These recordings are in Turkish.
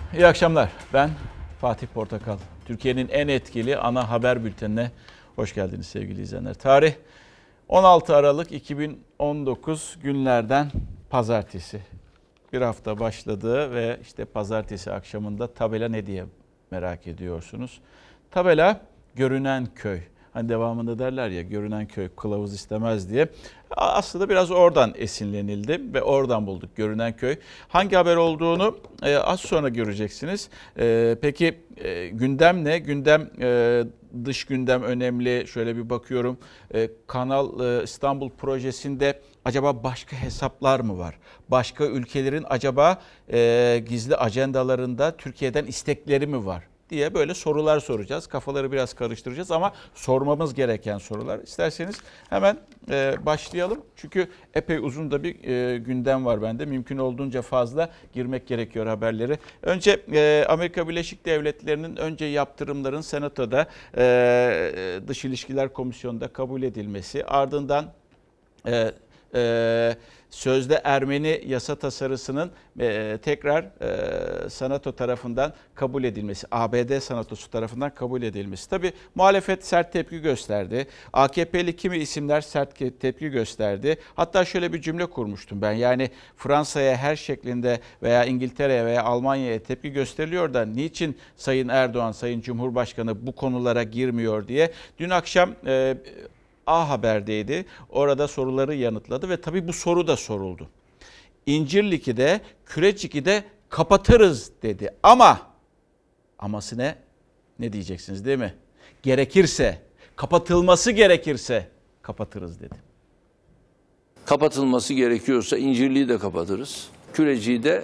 İyi akşamlar. Ben Fatih Portakal. Türkiye'nin en etkili ana haber bültenine hoş geldiniz sevgili izleyenler. Tarih 16 Aralık 2019 günlerden pazartesi. Bir hafta başladı ve işte pazartesi akşamında tabela ne diye merak ediyorsunuz. Tabela görünen köy. Hani devamında derler ya, görünen köy kılavuz istemez diye. Aslında biraz oradan esinlenildi ve oradan bulduk görünen köy. Hangi haber olduğunu az sonra göreceksiniz. Peki gündem ne? Gündem, dış gündem önemli. Şöyle bir bakıyorum. Kanal İstanbul projesinde acaba başka hesaplar mı var? Başka ülkelerin acaba gizli ajandalarında Türkiye'den istekleri mi var diye böyle sorular soracağız. Kafaları biraz karıştıracağız ama sormamız gereken sorular. İsterseniz hemen başlayalım. Çünkü epey uzun da bir gündem var bende. Mümkün olduğunca fazla girmek gerekiyor haberleri. Önce Amerika Birleşik Devletleri'nin önce yaptırımların Senato'da Dış İlişkiler Komisyonu'nda kabul edilmesi, ardından sözde Ermeni yasa tasarısının tekrar Senato tarafından kabul edilmesi, ABD Senatosu tarafından kabul edilmesi. Tabii muhalefet sert tepki gösterdi. AKP'li kimi isimler sert tepki gösterdi. Hatta şöyle bir cümle kurmuştum ben. Yani Fransa'ya her şeklinde veya İngiltere'ye veya Almanya'ya tepki gösteriliyor da niçin Sayın Erdoğan, Sayın Cumhurbaşkanı bu konulara girmiyor diye. Dün akşam A Haber'deydi. Orada soruları yanıtladı ve tabii bu soru da soruldu. İncirlik'i de Kürecik'i de kapatırız dedi. Aması ne? Ne diyeceksiniz değil mi? Gerekirse, kapatılması gerekirse kapatırız dedi. Kapatılması gerekiyorsa İncirlik'i de kapatırız. Kürecik'i de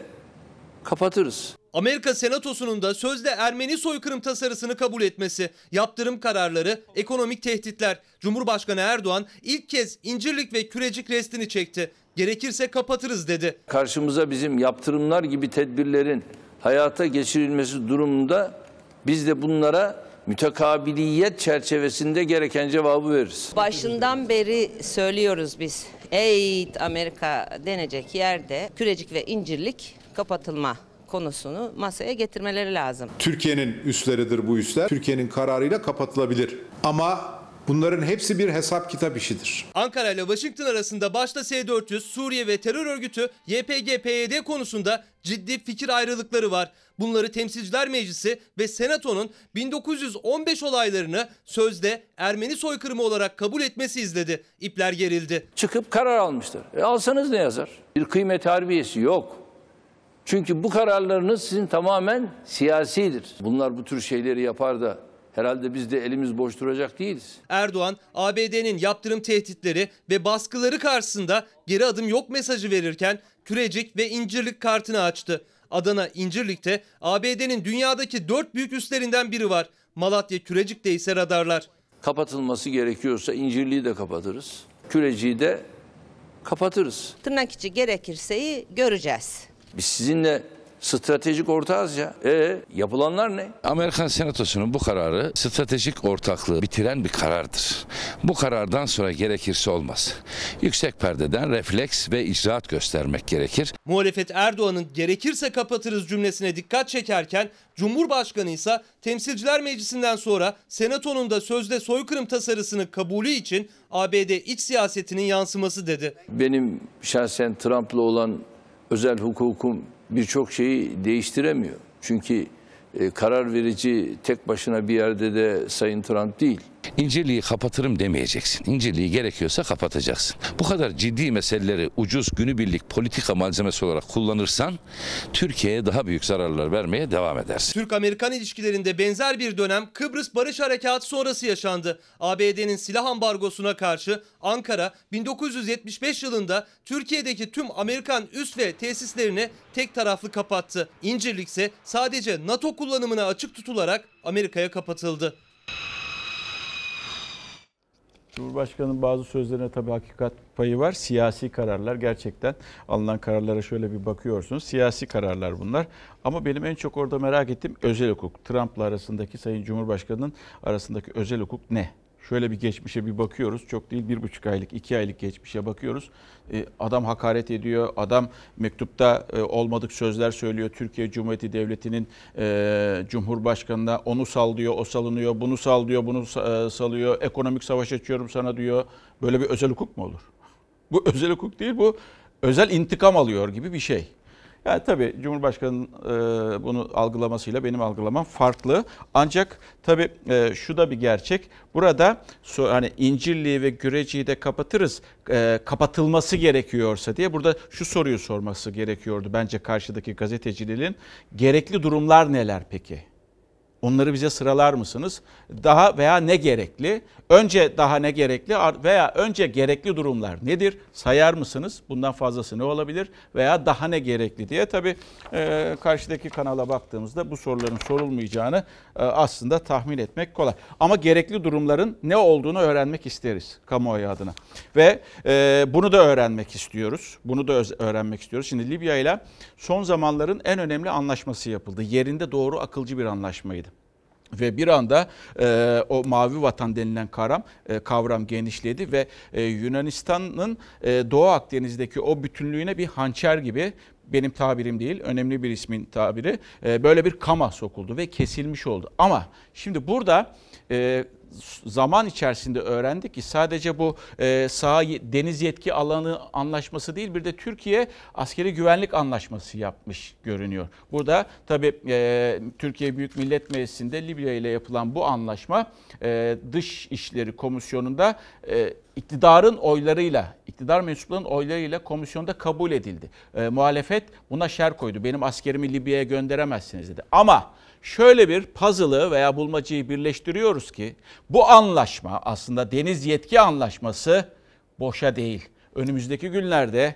kapatırız. Amerika Senatosu'nun da sözde Ermeni soykırım tasarısını kabul etmesi, yaptırım kararları, ekonomik tehditler. Cumhurbaşkanı Erdoğan ilk kez İncirlik ve Kürecik restini çekti. Gerekirse kapatırız dedi. Karşımıza bizim yaptırımlar gibi tedbirlerin hayata geçirilmesi durumunda biz de bunlara mütekabiliyet çerçevesinde gereken cevabı veririz. Başından beri söylüyoruz biz. Ey Amerika denecek yerde Kürecik ve İncirlik kapatılma konusunu masaya getirmeleri lazım. Türkiye'nin üsleridir bu üsler. Türkiye'nin kararıyla kapatılabilir. Ama bunların hepsi bir hesap kitap işidir. Ankara ile Washington arasında başta S-400, Suriye ve terör örgütü YPG-PYD konusunda ciddi fikir ayrılıkları var. Bunları Temsilciler Meclisi ve Senato'nun 1915 olaylarını sözde Ermeni soykırımı olarak kabul etmesi izledi. İpler gerildi. Çıkıp karar almışlar. Alsanız ne yazar? Bir kıymet harbiyesi yok. Çünkü bu kararlarınız sizin tamamen siyasidir. Bunlar bu tür şeyleri yapar da herhalde biz de elimiz boş duracak değiliz. Erdoğan, ABD'nin yaptırım tehditleri ve baskıları karşısında geri adım yok mesajı verirken Kürecik ve İncirlik kartını açtı. Adana İncirlik'te ABD'nin dünyadaki 4 büyük üslerinden biri var. Malatya Kürecik'te ise radarlar. Kapatılması gerekiyorsa İncirlik'i de kapatırız. Kürecik'i de kapatırız. Tırnak içi gerekirseyi göreceğiz. Biz sizinle stratejik ortağız ya. Yapılanlar ne? Amerikan Senatosu'nun bu kararı stratejik ortaklığı bitiren bir karardır. Bu karardan sonra gerekirse olmaz. Yüksek perdeden refleks ve icraat göstermek gerekir. Muhalefet Erdoğan'ın gerekirse kapatırız cümlesine dikkat çekerken Cumhurbaşkanı ise Temsilciler Meclisi'nden sonra Senato'nun da sözde soykırım tasarısını kabulü için ABD iç siyasetinin yansıması dedi. Benim şahsen Trump'la olan özel hukukum birçok şeyi değiştiremiyor. Çünkü karar verici tek başına bir yerde de Sayın Trump değil. İncirliği kapatırım demeyeceksin. İncirliği gerekiyorsa kapatacaksın. Bu kadar ciddi meseleleri ucuz günübirlik politika malzemesi olarak kullanırsan Türkiye'ye daha büyük zararlar vermeye devam edersin. Türk-Amerikan ilişkilerinde benzer bir dönem Kıbrıs Barış Harekatı sonrası yaşandı. ABD'nin silah ambargosuna karşı Ankara 1975 yılında Türkiye'deki tüm Amerikan üs ve tesislerini tek taraflı kapattı. İncirlik ise sadece NATO kullanımına açık tutularak Amerika'ya kapatıldı. Cumhurbaşkanı'nın bazı sözlerine tabii hakikat payı var. Siyasi kararlar, gerçekten alınan kararlara şöyle bir bakıyorsunuz. Siyasi kararlar bunlar. Ama benim en çok orada merak ettiğim özel hukuk. Trump'la arasındaki, Sayın Cumhurbaşkanı'nın arasındaki özel hukuk ne? Şöyle bir geçmişe bir bakıyoruz. Çok değil 1,5 aylık, 2 aylık geçmişe bakıyoruz. Adam hakaret ediyor. Adam mektupta olmadık sözler söylüyor. Türkiye Cumhuriyeti Devleti'nin Cumhurbaşkanı'na onu sal diyor, o salınıyor. Bunu sal diyor, bunu salıyor. Ekonomik savaş açıyorum sana diyor. Böyle bir özel hukuk mu olur? Bu özel hukuk değil, bu özel intikam alıyor gibi bir şey. Yani tabii Cumhurbaşkanı'nın bunu algılamasıyla benim algılamam farklı. Ancak tabii şu da bir gerçek. Burada hani İncirli'yi ve Güreci'yi de kapatırız, kapatılması gerekiyorsa diye burada şu soruyu sorması gerekiyordu bence karşıdaki gazetecilerin. Gerekli durumlar neler peki? Onları bize sıralar mısınız? Daha veya ne gerekli? Önce daha ne gerekli veya önce gerekli durumlar nedir? Sayar mısınız? Bundan fazlası ne olabilir? Veya daha ne gerekli diye. Tabii karşıdaki kanala baktığımızda bu soruların sorulmayacağını aslında tahmin etmek kolay. Ama gerekli durumların ne olduğunu öğrenmek isteriz kamuoyu adına. Ve bunu da öğrenmek istiyoruz. Bunu da öğrenmek istiyoruz. Şimdi Libya ile son zamanların en önemli anlaşması yapıldı. Yerinde doğru akılcı bir anlaşmaydı. Ve bir anda o mavi vatan denilen kavram genişledi ve Yunanistan'ın Doğu Akdeniz'deki o bütünlüğüne bir hançer gibi, benim tabirim değil, önemli bir ismin tabiri, böyle bir kama sokuldu ve kesilmiş oldu. Ama şimdi burada zaman içerisinde öğrendik ki sadece bu deniz yetki alanı anlaşması değil, bir de Türkiye askeri güvenlik anlaşması yapmış görünüyor. Burada tabii Türkiye Büyük Millet Meclisi'nde Libya ile yapılan bu anlaşma Dış İşleri Komisyonu'nda iktidarın oylarıyla, iktidar mensuplarının oylarıyla komisyonda kabul edildi. Muhalefet buna şer koydu. Benim askerimi Libya'ya gönderemezsiniz dedi. Ama şöyle bir puzzle'ı veya bulmacayı birleştiriyoruz ki bu anlaşma, aslında deniz yetki anlaşması boşa değil. Önümüzdeki günlerde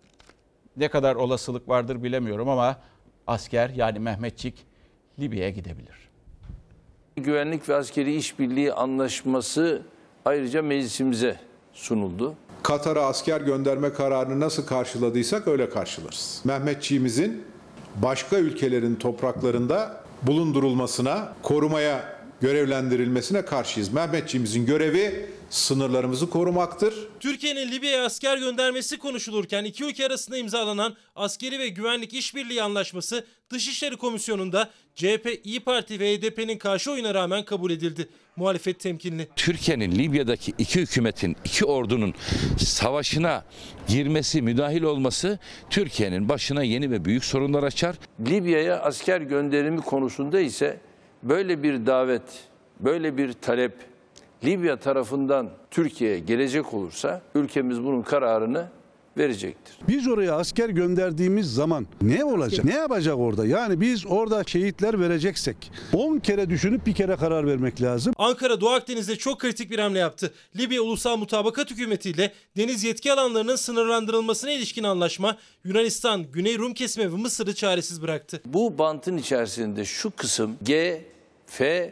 ne kadar olasılık vardır bilemiyorum ama asker, yani Mehmetçik Libya'ya gidebilir. Güvenlik ve askeri işbirliği anlaşması ayrıca meclisimize sunuldu. Katar'a asker gönderme kararını nasıl karşıladıysak öyle karşılarız. Mehmetçiğimizin başka ülkelerin topraklarında bulundurulmasına, korumaya görevlendirilmesine karşıyız. Mehmetçiğimizin görevi sınırlarımızı korumaktır. Türkiye'nin Libya'ya asker göndermesi konuşulurken iki ülke arasında imzalanan askeri ve güvenlik işbirliği anlaşması Dışişleri Komisyonu'nda CHP, İYİ Parti ve HDP'nin karşı oyuna rağmen kabul edildi. Muhalefet temkinli. Türkiye'nin Libya'daki iki hükümetin, iki ordunun savaşına girmesi, müdahil olması Türkiye'nin başına yeni ve büyük sorunlar açar. Libya'ya asker gönderimi konusunda ise böyle bir davet, böyle bir talep Libya tarafından Türkiye'ye gelecek olursa ülkemiz bunun kararını verecektir. Biz oraya asker gönderdiğimiz zaman ne olacak? Ne yapacak orada? Yani biz orada şehitler vereceksek 10 kere düşünüp bir kere karar vermek lazım. Ankara Doğu Akdeniz'de çok kritik bir hamle yaptı. Libya Ulusal Mutabakat Hükümeti ile deniz yetki alanlarının sınırlandırılmasına ilişkin anlaşma Yunanistan, Güney Rum kesimi ve Mısır'ı çaresiz bıraktı. Bu bantın içerisinde şu kısım G, F,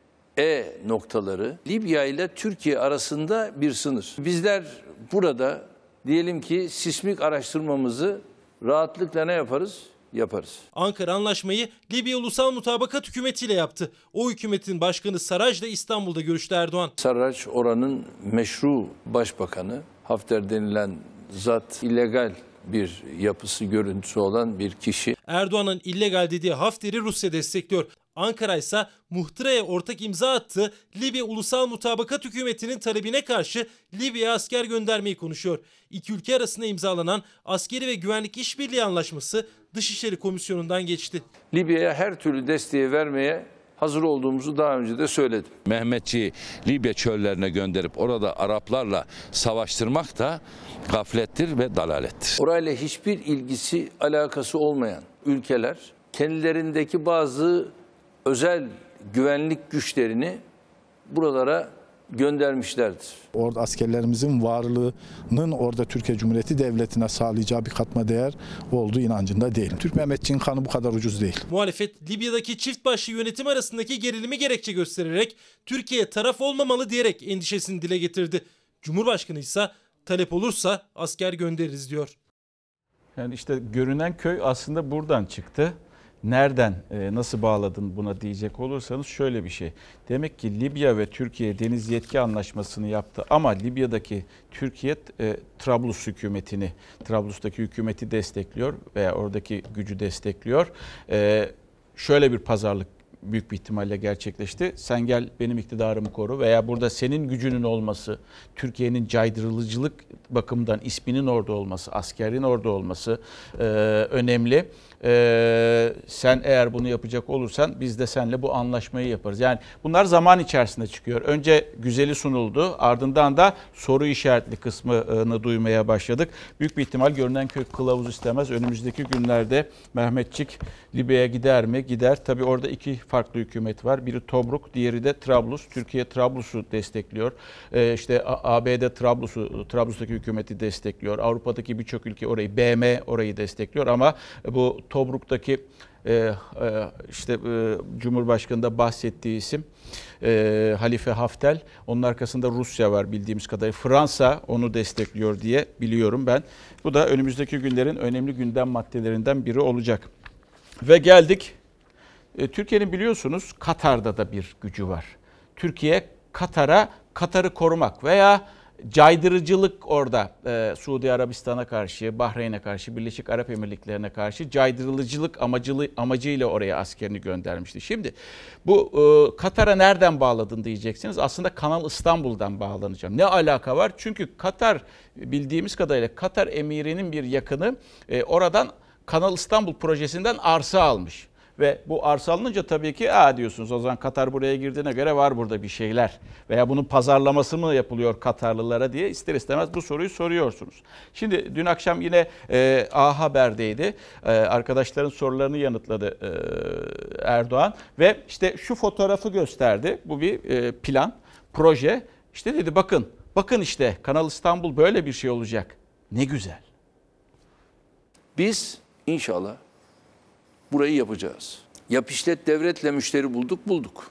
E noktaları Libya ile Türkiye arasında bir sınır. Bizler burada diyelim ki sismik araştırmamızı rahatlıkla ne yaparız? Yaparız. Ankara anlaşmayı Libya Ulusal Mutabakat Hükümeti ile yaptı. O hükümetin başkanı Sarraj da İstanbul'da görüştü Erdoğan. Sarraj oranın meşru başbakanı, Hafter denilen zat illegal bir yapısı, görüntüsü olan bir kişi. Erdoğan'ın illegal dediği Hafter'i Rusya destekliyor. Ankara ise muhtıraya ortak imza attı. Libya Ulusal Mutabakat Hükümeti'nin talebine karşı Libya'ya asker göndermeyi konuşuyor. İki ülke arasında imzalanan askeri ve güvenlik işbirliği anlaşması Dışişleri Komisyonu'ndan geçti. Libya'ya her türlü desteği vermeye hazır olduğumuzu daha önce de söyledim. Mehmetçiği Libya çöllerine gönderip orada Araplarla savaştırmak da gaflettir ve dalalettir. Orayla hiçbir ilgisi, alakası olmayan ülkeler kendilerindeki bazı özel güvenlik güçlerini buralara göndermişlerdir. Orada askerlerimizin varlığının orada Türkiye Cumhuriyeti Devleti'ne sağlayacağı bir katma değer olduğu inancında değilim. Türk Mehmetçiğin kanı bu kadar ucuz değil. Muhalefet Libya'daki çift başlı yönetim arasındaki gerilimi gerekçe göstererek Türkiye taraf olmamalı diyerek endişesini dile getirdi. Cumhurbaşkanı ise talep olursa asker göndeririz diyor. Yani işte görünen köy aslında buradan çıktı. nereden, nasıl bağladın buna diyecek olursanız şöyle bir şey. Demek ki Libya ve Türkiye deniz yetki anlaşmasını yaptı ama Libya'daki Türkiye Trablus hükümetini, Trablus'taki hükümeti destekliyor veya oradaki gücü destekliyor. Şöyle bir pazarlık büyük bir ihtimalle gerçekleşti. Sen gel benim iktidarımı koru veya burada senin gücünün olması, Türkiye'nin caydırıcılık bakımından isminin orada olması, askerin orada olması önemli. Sen eğer bunu yapacak olursan biz de seninle bu anlaşmayı yaparız. Yani bunlar zaman içerisinde çıkıyor. Önce güzeli sunuldu, ardından da soru işaretli kısmını duymaya başladık. Büyük bir ihtimal görünen köy kılavuz istemez. Önümüzdeki günlerde Mehmetçik Libya'ya gider mi? Gider. Tabii orada iki farklı hükümet var. Biri Tobruk, diğeri de Trablus. Türkiye Trablus'u destekliyor. İşte ABD Trablus'taki hükümeti destekliyor. Avrupa'daki birçok ülke orayı, BM orayı destekliyor ama bu Tobruk'taki Cumhurbaşkanı'nda bahsettiği isim Halife Haftel. Onun arkasında Rusya var bildiğimiz kadarıyla. Fransa onu destekliyor diye biliyorum ben. Bu da önümüzdeki günlerin önemli gündem maddelerinden biri olacak. Ve geldik. Türkiye'nin biliyorsunuz Katar'da da bir gücü var. Türkiye Katar'ı korumak veya caydırıcılık orada Suudi Arabistan'a karşı, Bahreyn'e karşı, Birleşik Arap Emirlikleri'ne karşı caydırıcılık amacıyla oraya askerini göndermişti. Şimdi bu Katar'a nereden bağladın diyeceksiniz. Aslında Kanal İstanbul'dan bağlanacağım. Ne alaka var? Çünkü Katar bildiğimiz kadarıyla Katar emirinin bir yakını oradan Kanal İstanbul projesinden arsa almış. Ve bu arsa alınınca tabii ki diyorsunuz o zaman Katar buraya girdiğine göre var burada bir şeyler. Veya bunun pazarlaması mı yapılıyor Katarlılara diye ister istemez bu soruyu soruyorsunuz. Şimdi dün akşam yine A Haber'deydi. Arkadaşların sorularını yanıtladı Erdoğan. Ve işte şu fotoğrafı gösterdi. Bu bir plan, proje. İşte dedi bakın işte Kanal İstanbul böyle bir şey olacak. Ne güzel. Biz inşallah burayı yapacağız. Yap işlet devletle müşteri bulduk.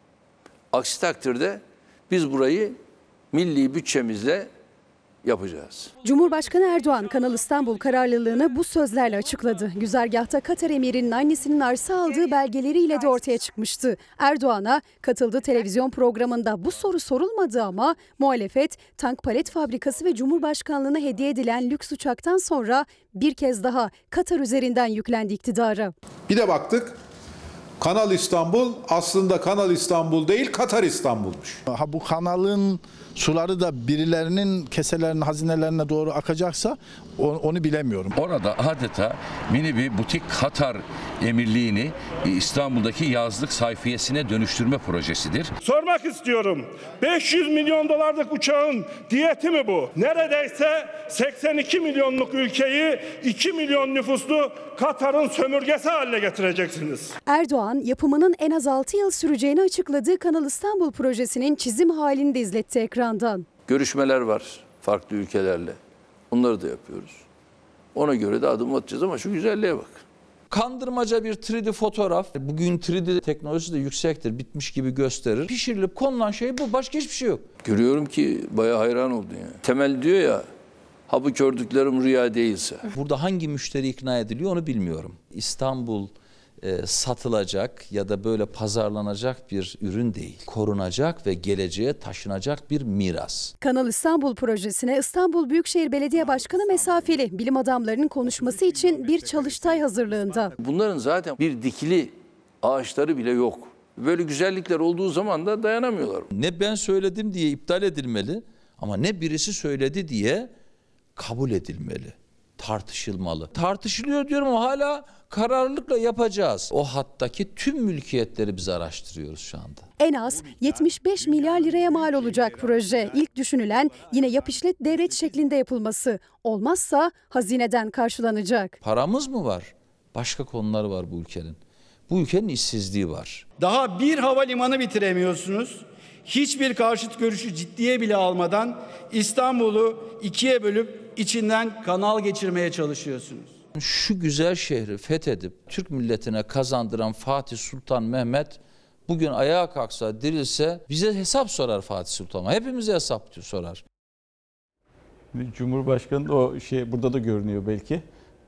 Aksi takdirde biz burayı milli bütçemizle yapacağız. Cumhurbaşkanı Erdoğan Kanal İstanbul kararlılığını bu sözlerle açıkladı. Güzergahta Katar emirinin annesinin arsa aldığı belgeleriyle de ortaya çıkmıştı. Erdoğan'a katıldığı televizyon programında bu soru sorulmadı ama muhalefet tank palet fabrikası ve Cumhurbaşkanlığına hediye edilen lüks uçaktan sonra bir kez daha Katar üzerinden yüklendi iktidara. Bir de baktık Kanal İstanbul aslında Kanal İstanbul değil Katar İstanbul'muş. Bu kanalın suları da birilerinin keselerine, hazinelerine doğru akacaksa onu bilemiyorum. Orada adeta mini bir butik Katar emirliğini İstanbul'daki yazlık sayfiyesine dönüştürme projesidir. Sormak istiyorum. 500 milyon dolarlık uçağın diyeti mi bu? Neredeyse 82 milyonluk ülkeyi 2 milyon nüfuslu Katar'ın sömürgesi haline getireceksiniz. Erdoğan yapımının en az 6 yıl süreceğini açıkladığı Kanal İstanbul projesinin çizim halini de izletti ekrandan. Görüşmeler var farklı ülkelerle. Onları da yapıyoruz. Ona göre de adım atacağız ama şu güzelliğe bak. Kandırmaca bir 3D fotoğraf. Bugün 3D teknolojisi de yüksektir. Bitmiş gibi gösterir. Pişirilip konulan şey bu. Başka hiçbir şey yok. Görüyorum ki bayağı hayran oldun ya. Temel diyor ya, ha bu gördüklerim rüya değilse. Burada hangi müşteri ikna ediliyor onu bilmiyorum. İstanbul satılacak ya da böyle pazarlanacak bir ürün değil. Korunacak ve geleceğe taşınacak bir miras. Kanal İstanbul projesine İstanbul Büyükşehir Belediye Başkanı mesafeli bilim adamlarının konuşması için bir çalıştay hazırlığında. Bunların zaten bir dikili ağaçları bile yok. Böyle güzellikler olduğu zaman da dayanamıyorlar. Ne ben söyledim diye iptal edilmeli ama ne birisi söyledi diye kabul edilmeli. Tartışılmalı. Tartışılıyor diyorum ama hala kararlılıkla yapacağız. O hattaki tüm mülkiyetleri biz araştırıyoruz şu anda. En az 75 milyar liraya mal olacak proje. İlk düşünülen yine yap işlet devlet şeklinde yapılması. Olmazsa hazineden karşılanacak. Paramız mı var? Başka konular var bu ülkenin. Bu ülkenin işsizliği var. Daha bir havalimanı bitiremiyorsunuz. Hiçbir karşıt görüşü ciddiye bile almadan İstanbul'u ikiye bölüp içinden kanal geçirmeye çalışıyorsunuz. Şu güzel şehri fethedip Türk milletine kazandıran Fatih Sultan Mehmet bugün ayağa kalksa, dirilse bize hesap sorar Fatih Sultan. Hepimize hesap sorar. Cumhurbaşkanı o şey burada da görünüyor belki.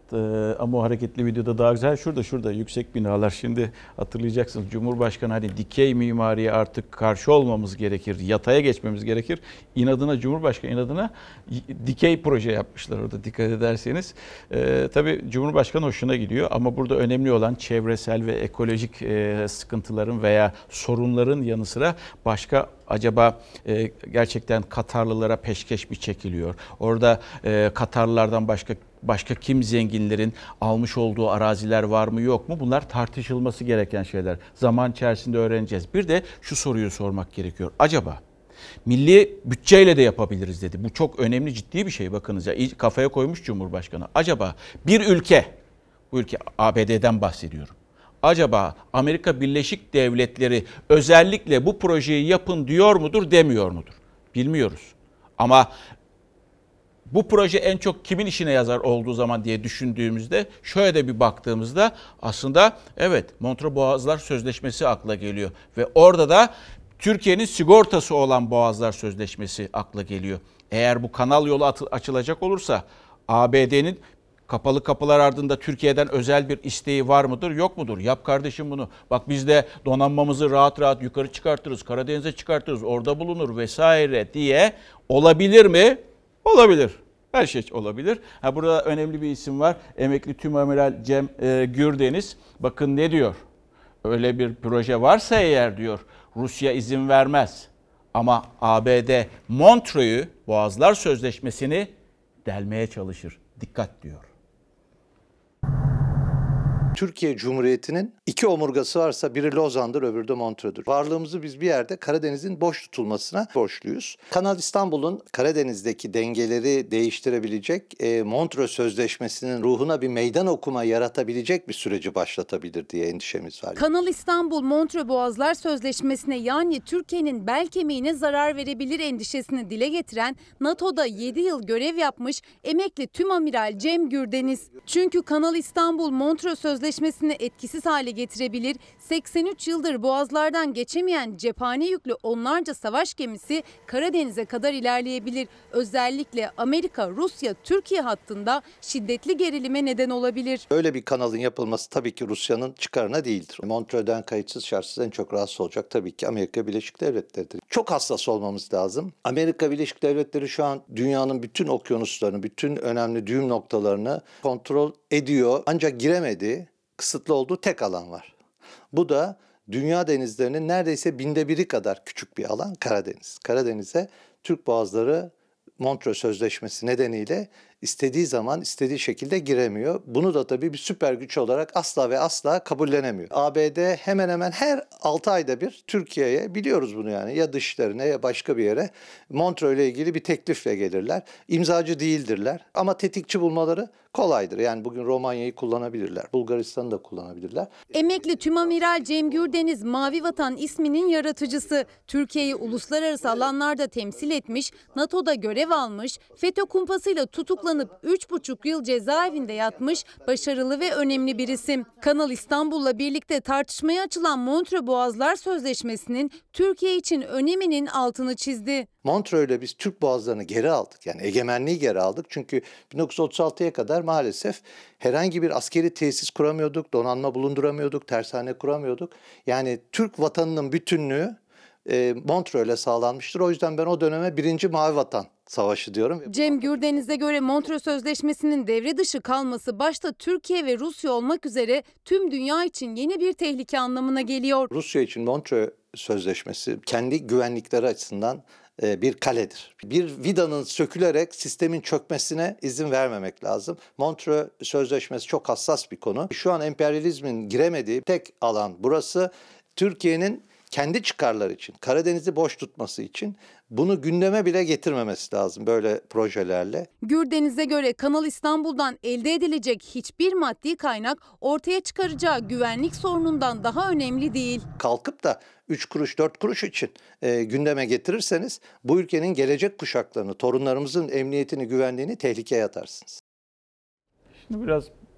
Ama o hareketli videoda daha güzel. Şurada yüksek binalar. Şimdi hatırlayacaksınız, Cumhurbaşkanı hani dikey mimariye artık karşı olmamız gerekir, yataya geçmemiz gerekir. Cumhurbaşkanı inadına dikey proje yapmışlar orada, dikkat ederseniz. Tabii Cumhurbaşkanı hoşuna gidiyor ama burada önemli olan çevresel ve ekolojik sıkıntıların veya sorunların yanı sıra başka acaba gerçekten Katarlılara peşkeş mi çekiliyor? Orada Katarlılardan başka kim zenginlerin almış olduğu araziler var mı yok mu? Bunlar tartışılması gereken şeyler. Zaman içerisinde öğreneceğiz. Bir de şu soruyu sormak gerekiyor. Acaba milli bütçeyle de yapabiliriz dedi. Bu çok önemli, ciddi bir şey, bakınız ya. Kafaya koymuş Cumhurbaşkanı. Acaba bir ülke, bu ülke ABD'den bahsediyorum. Acaba Amerika Birleşik Devletleri özellikle bu projeyi yapın diyor mudur, demiyor mudur? Bilmiyoruz. Ama bu proje en çok kimin işine yazar olduğu zaman diye düşündüğümüzde, şöyle de bir baktığımızda aslında evet, Montreux Boğazlar Sözleşmesi akla geliyor. Ve orada da Türkiye'nin sigortası olan Boğazlar Sözleşmesi akla geliyor. Eğer bu kanal yolu açılacak olursa ABD'nin kapalı kapılar ardında Türkiye'den özel bir isteği var mıdır, yok mudur? Yap kardeşim bunu. Bak biz de donanmamızı rahat rahat yukarı çıkartırız, Karadeniz'e çıkartırız, orada bulunur vesaire diye olabilir mi? Olabilir. Her şey olabilir. Burada önemli bir isim var. Emekli Tümamiral Cem Gürdeniz. Bakın ne diyor? Öyle bir proje varsa eğer diyor, Rusya izin vermez. Ama ABD Montreux'u, Boğazlar Sözleşmesi'ni delmeye çalışır. Dikkat diyor. Türkiye Cumhuriyeti'nin iki omurgası varsa biri Lozan'dır, öbürü de Montreux'dur. Varlığımızı biz bir yerde Karadeniz'in boş tutulmasına borçluyuz. Kanal İstanbul'un Karadeniz'deki dengeleri değiştirebilecek, Montreux Sözleşmesi'nin ruhuna bir meydan okuma yaratabilecek bir süreci başlatabilir diye endişemiz var. Kanal İstanbul, Montreux Boğazlar Sözleşmesi'ne, yani Türkiye'nin bel kemiğine zarar verebilir endişesini dile getiren, NATO'da 7 yıl görev yapmış emekli Tümamiral Cem Gürdeniz. Çünkü Kanal İstanbul, Montreux Sözleşmesi'ni etkisiz hale getirebilir, 83 yıldır boğazlardan geçemeyen cephane yüklü onlarca savaş gemisi Karadeniz'e kadar ilerleyebilir. Özellikle Amerika-Rusya-Türkiye hattında şiddetli gerilime neden olabilir. Böyle bir kanalın yapılması tabii ki Rusya'nın çıkarına değildir. Montreux'den kayıtsız şartsız en çok rahatsız olacak tabii ki Amerika Birleşik Devletleri'dir. Çok hassas olmamız lazım. Amerika Birleşik Devletleri şu an dünyanın bütün okyanuslarını, bütün önemli düğüm noktalarını kontrol ediyor. Ancak giremediği, kısıtlı olduğu tek alan var. Bu da dünya denizlerinin neredeyse 1/1000'i kadar küçük bir alan, Karadeniz. Karadeniz'e Türk Boğazları Montreux Sözleşmesi nedeniyle istediği zaman istediği şekilde giremiyor. Bunu da tabii bir süper güç olarak asla ve asla kabullenemiyor. ABD hemen hemen her 6 ayda bir Türkiye'ye, biliyoruz bunu yani, ya dışlarına ya başka bir yere Montreux ile ilgili bir teklifle gelirler. İmzacı değildirler ama tetikçi bulmaları kolaydır. Yani bugün Romanya'yı kullanabilirler, Bulgaristan'ı da kullanabilirler. Emekli Tümamiral Cem Gürdeniz, Mavi Vatan isminin yaratıcısı. Türkiye'yi uluslararası alanlarda temsil etmiş, NATO'da görev almış, FETÖ kumpasıyla tutuklanıp 3,5 yıl cezaevinde yatmış başarılı ve önemli bir isim. Kanal İstanbul'la birlikte tartışmaya açılan Montreux Boğazlar Sözleşmesi'nin Türkiye için öneminin altını çizdi. Montreux'le biz Türk boğazlarını geri aldık. Yani egemenliği geri aldık. Çünkü 1936'ya kadar maalesef herhangi bir askeri tesis kuramıyorduk, donanma bulunduramıyorduk, tersane kuramıyorduk. Yani Türk vatanının bütünlüğü Montreux'le sağlanmıştır. O yüzden ben o döneme 1. Mavi Vatan Savaşı diyorum. Cem Gürdeniz'e göre Montreux Sözleşmesi'nin devre dışı kalması başta Türkiye ve Rusya olmak üzere tüm dünya için yeni bir tehlike anlamına geliyor. Rusya için Montreux Sözleşmesi kendi güvenlikleri açısından bir kaledir. Bir vidanın sökülerek sistemin çökmesine izin vermemek lazım. Montreux Sözleşmesi çok hassas bir konu. Şu an emperyalizmin giremediği tek alan burası. Türkiye'nin kendi çıkarları için, Karadeniz'i boş tutması için bunu gündeme bile getirmemesi lazım böyle projelerle. Gürdeniz'e göre Kanal İstanbul'dan elde edilecek hiçbir maddi kaynak ortaya çıkaracağı güvenlik sorunundan daha önemli değil. Kalkıp da 3 kuruş 4 kuruş için gündeme getirirseniz bu ülkenin gelecek kuşaklarını, torunlarımızın emniyetini, güvenliğini tehlikeye atarsınız. Şimdi biraz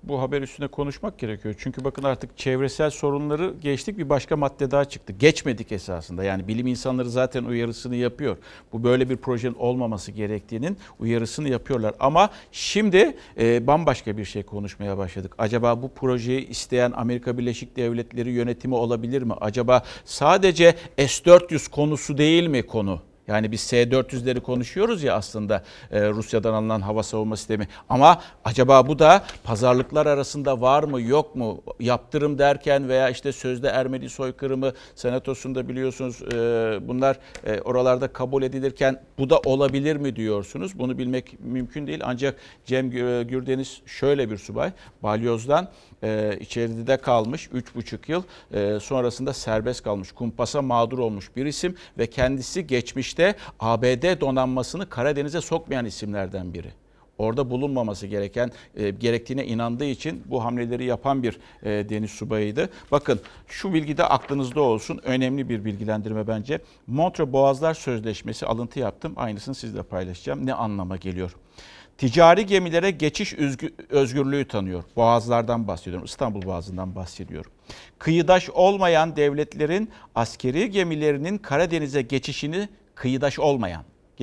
bu haber üstüne konuşmak gerekiyor. Çünkü bakın artık çevresel sorunları geçtik, bir başka madde daha çıktı. Geçmedik esasında. Yani bilim insanları zaten uyarısını yapıyor. Bu böyle bir projenin olmaması gerektiğinin uyarısını yapıyorlar. Ama şimdi bambaşka bir şey konuşmaya başladık. Acaba bu projeyi isteyen Amerika Birleşik Devletleri yönetimi olabilir mi? Acaba sadece S-400 konusu değil mi konu? Yani biz S-400'leri konuşuyoruz ya aslında, Rusya'dan alınan hava savunma sistemi. Ama acaba bu da pazarlıklar arasında var mı yok mu? Yaptırım derken veya işte sözde Ermeni soykırımı senatosunda biliyorsunuz bunlar oralarda kabul edilirken bu da olabilir mi diyorsunuz? Bunu bilmek mümkün değil. Ancak Cem Gürdeniz şöyle bir subay, balyozdan içeride kalmış 3,5 yıl, sonrasında serbest kalmış, kumpasa mağdur olmuş bir isim ve kendisi geçmişte ABD donanmasını Karadeniz'e sokmayan isimlerden biri. Orada bulunmaması gerektiğine inandığı için bu hamleleri yapan bir deniz subayıydı. Bakın şu bilgi de aklınızda olsun. Önemli bir bilgilendirme bence. Montreux Boğazlar Sözleşmesi, alıntı yaptım. Aynısını sizle paylaşacağım. Ne anlama geliyor? Ticari gemilere geçiş özgürlüğü tanıyor. Boğazlardan bahsediyorum. İstanbul Boğazı'ndan bahsediyorum. Kıyıdaş olmayan devletlerin askeri gemilerinin Karadeniz'e geçişini, kıyıdaş olmayan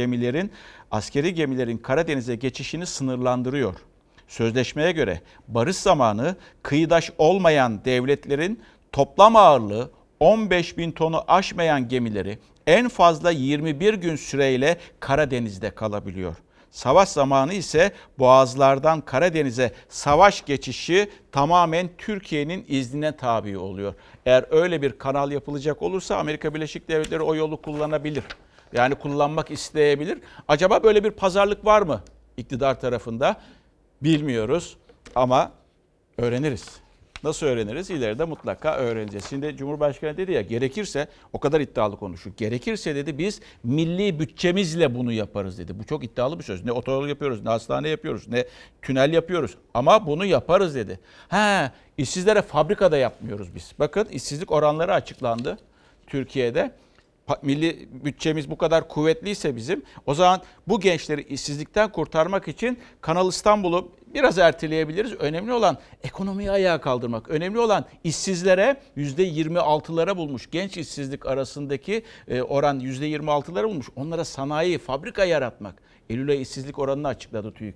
askeri gemilerin Karadeniz'e geçişini sınırlandırıyor. Sözleşmeye göre barış zamanı kıyıdaş olmayan devletlerin toplam ağırlığı 15.000 tonu aşmayan gemileri en fazla 21 gün süreyle Karadeniz'de kalabiliyor. Savaş zamanı ise boğazlardan Karadeniz'e savaş geçişi tamamen Türkiye'nin iznine tabi oluyor. Eğer öyle bir kanal yapılacak olursa Amerika Birleşik Devletleri o yolu kullanabilir. Yani kullanmak isteyebilir. Acaba böyle bir pazarlık var mı iktidar tarafında? Bilmiyoruz ama öğreniriz. Nasıl öğreniriz? İleride mutlaka öğreneceğiz. Şimdi Cumhurbaşkanı dedi ya, gerekirse, o kadar iddialı konuşuyor. Gerekirse dedi biz milli bütçemizle bunu yaparız dedi. Bu çok iddialı bir söz. Ne otoyol yapıyoruz, ne hastane yapıyoruz, ne tünel yapıyoruz. Ama bunu yaparız dedi. İşsizlere fabrikada yapmıyoruz biz. Bakın işsizlik oranları açıklandı Türkiye'de. Milli bütçemiz bu kadar kuvvetliyse bizim, o zaman bu gençleri işsizlikten kurtarmak için Kanal İstanbul'u biraz erteleyebiliriz. Önemli olan ekonomiyi ayağa kaldırmak. Önemli olan işsizlere %26'lara bulmuş. Genç işsizlik arasındaki oran %26'lara bulmuş. Onlara sanayi, fabrika yaratmak. Eylül ayı işsizlik oranını açıkladı TÜİK.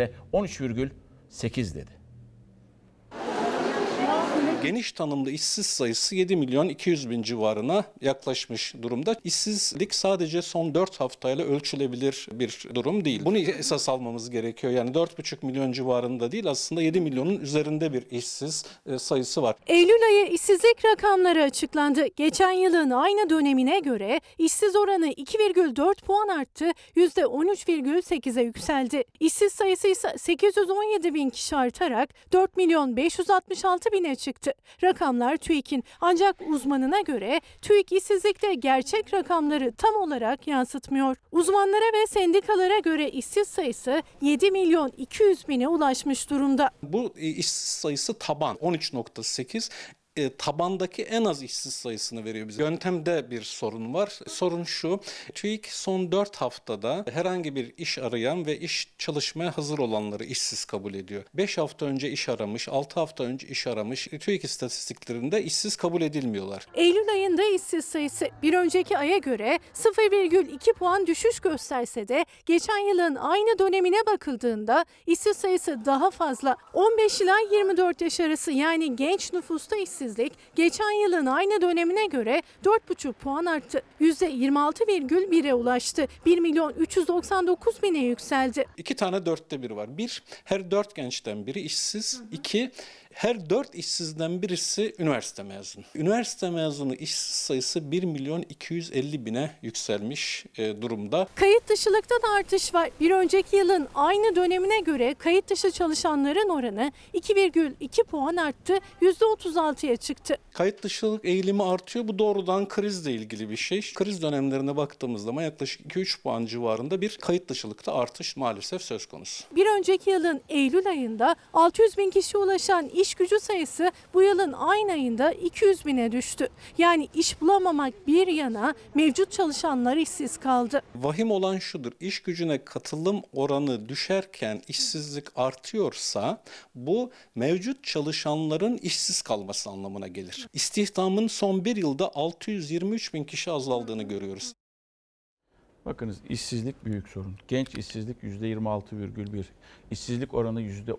%13,8 dedi. Geniş tanımlı işsiz sayısı 7 milyon 200 bin civarına yaklaşmış durumda. İşsizlik sadece son 4 haftayla ölçülebilir bir durum değil. Bunu esas almamız gerekiyor. Yani 4,5 milyon civarında değil, aslında 7 milyonun üzerinde bir işsiz sayısı var. Eylül ayı işsizlik rakamları açıklandı. Geçen yılın aynı dönemine göre işsiz oranı 2,4 puan arttı, %13,8'e yükseldi. İşsiz sayısı ise 817 bin kişi artarak 4 milyon 566 bine çıktı. Rakamlar TÜİK'in, ancak uzmanına göre TÜİK işsizlikte gerçek rakamları tam olarak yansıtmıyor. Uzmanlara ve sendikalara göre işsiz sayısı 7 milyon 200 bine ulaşmış durumda. Bu işsiz sayısı taban 13,8. Tabandaki en az işsiz sayısını veriyor bize. Yöntemde bir sorun var. Sorun şu: TÜİK son 4 haftada herhangi bir iş arayan ve iş çalışmaya hazır olanları işsiz kabul ediyor. 5 hafta önce iş aramış, 6 hafta önce iş aramış TÜİK istatistiklerinde işsiz kabul edilmiyorlar. Eylül ayında işsiz sayısı bir önceki aya göre 0,2 puan düşüş gösterse de geçen yılın aynı dönemine bakıldığında işsiz sayısı daha fazla. 15 ila 24 yaş arası, yani genç nüfusta işsizlik geçen yılın aynı dönemine göre 4,5 puan arttı. %26,1'e ulaştı. 1 milyon 399 bine yükseldi. 2 tane 4'te 1 var. 1, her 4 gençten biri işsiz. 2, her 4 işsizden birisi üniversite mezunu. Üniversite mezunu işsiz sayısı 1 milyon 250 bine yükselmiş durumda. Kayıt dışılıkta da artış var. Bir önceki yılın aynı dönemine göre kayıt dışı çalışanların oranı 2,2 puan arttı, %36'ya çıktı. Kayıt dışılık eğilimi artıyor. Bu doğrudan krizle ilgili bir şey. Kriz dönemlerine baktığımız zaman yaklaşık 2-3 puan civarında bir kayıt dışılıkta artış maalesef söz konusu. Bir önceki yılın Eylül ayında 600 bin kişiye ulaşan İş gücü sayısı bu yılın aynı ayında 200 bine düştü. Yani iş bulamamak bir yana mevcut çalışanlar işsiz kaldı. Vahim olan şudur, iş gücüne katılım oranı düşerken işsizlik artıyorsa bu mevcut çalışanların işsiz kalması anlamına gelir. İstihdamın son bir yılda 623 bin kişi azaldığını görüyoruz. Bakınız, işsizlik büyük sorun. Genç işsizlik %26,1, işsizlik oranı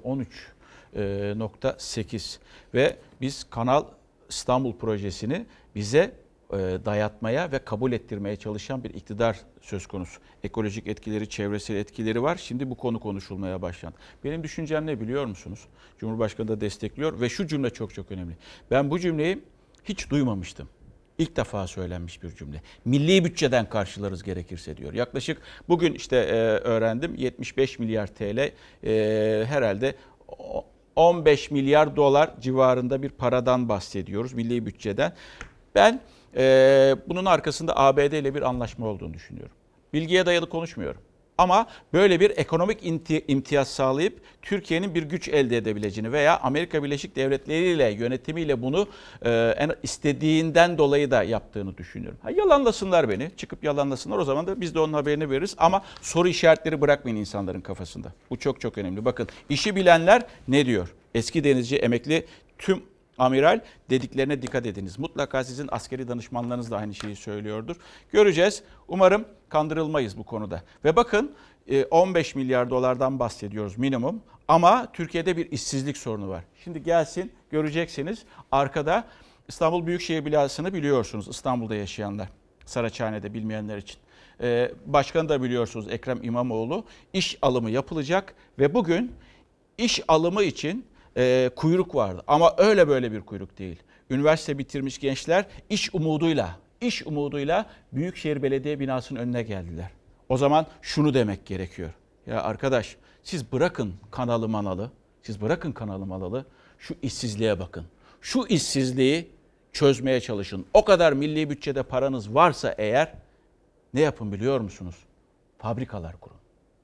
%13,8 ve biz Kanal İstanbul projesini bize dayatmaya ve kabul ettirmeye çalışan bir iktidar söz konusu. Ekolojik etkileri, çevresel etkileri var. Şimdi bu konu konuşulmaya başlandı. Benim düşüncem ne biliyor musunuz? Cumhurbaşkanı da destekliyor ve şu cümle çok çok önemli. Ben bu cümleyi hiç duymamıştım. İlk defa söylenmiş bir cümle. Milli bütçeden karşılarız gerekirse diyor. Yaklaşık bugün işte öğrendim 75 milyar TL herhalde 15 milyar dolar civarında bir paradan bahsediyoruz milli bütçeden. Ben bunun arkasında ABD ile bir anlaşma olduğunu düşünüyorum. Bilgiye dayalı konuşmuyorum. Ama böyle bir ekonomik imtiyaz sağlayıp Türkiye'nin bir güç elde edebileceğini veya Amerika Birleşik Devletleri ile yönetimiyle bunu istediğinden dolayı da yaptığını düşünüyorum. Yalanlasınlar beni, çıkıp yalanlasınlar, o zaman da biz de onun haberini veririz. Ama soru işaretleri bırakmayın insanların kafasında. Bu çok çok önemli. Bakın, işi bilenler ne diyor? Eski denizci, emekli tüm amiral dediklerine dikkat ediniz. Mutlaka sizin askeri danışmanlarınız da aynı şeyi söylüyordur. Göreceğiz. Umarım kandırılmayız bu konuda. Ve bakın 15 milyar dolardan bahsediyoruz minimum. Ama Türkiye'de bir işsizlik sorunu var. Şimdi gelsin, göreceksiniz. Arkada İstanbul Büyükşehir Belediyesi'ni biliyorsunuz, İstanbul'da yaşayanlar. Saraçhane'de, bilmeyenler için. Başkanı da biliyorsunuz, Ekrem İmamoğlu. İş alımı yapılacak ve bugün iş alımı için kuyruk vardı. Ama öyle böyle bir kuyruk değil. Üniversite bitirmiş gençler iş umuduyla Büyükşehir Belediye binasının önüne geldiler. O zaman şunu demek gerekiyor. Ya arkadaş, siz bırakın kanalı manalı, şu işsizliğe bakın. Şu işsizliği çözmeye çalışın. O kadar milli bütçede paranız varsa eğer ne yapın biliyor musunuz? Fabrikalar kurun.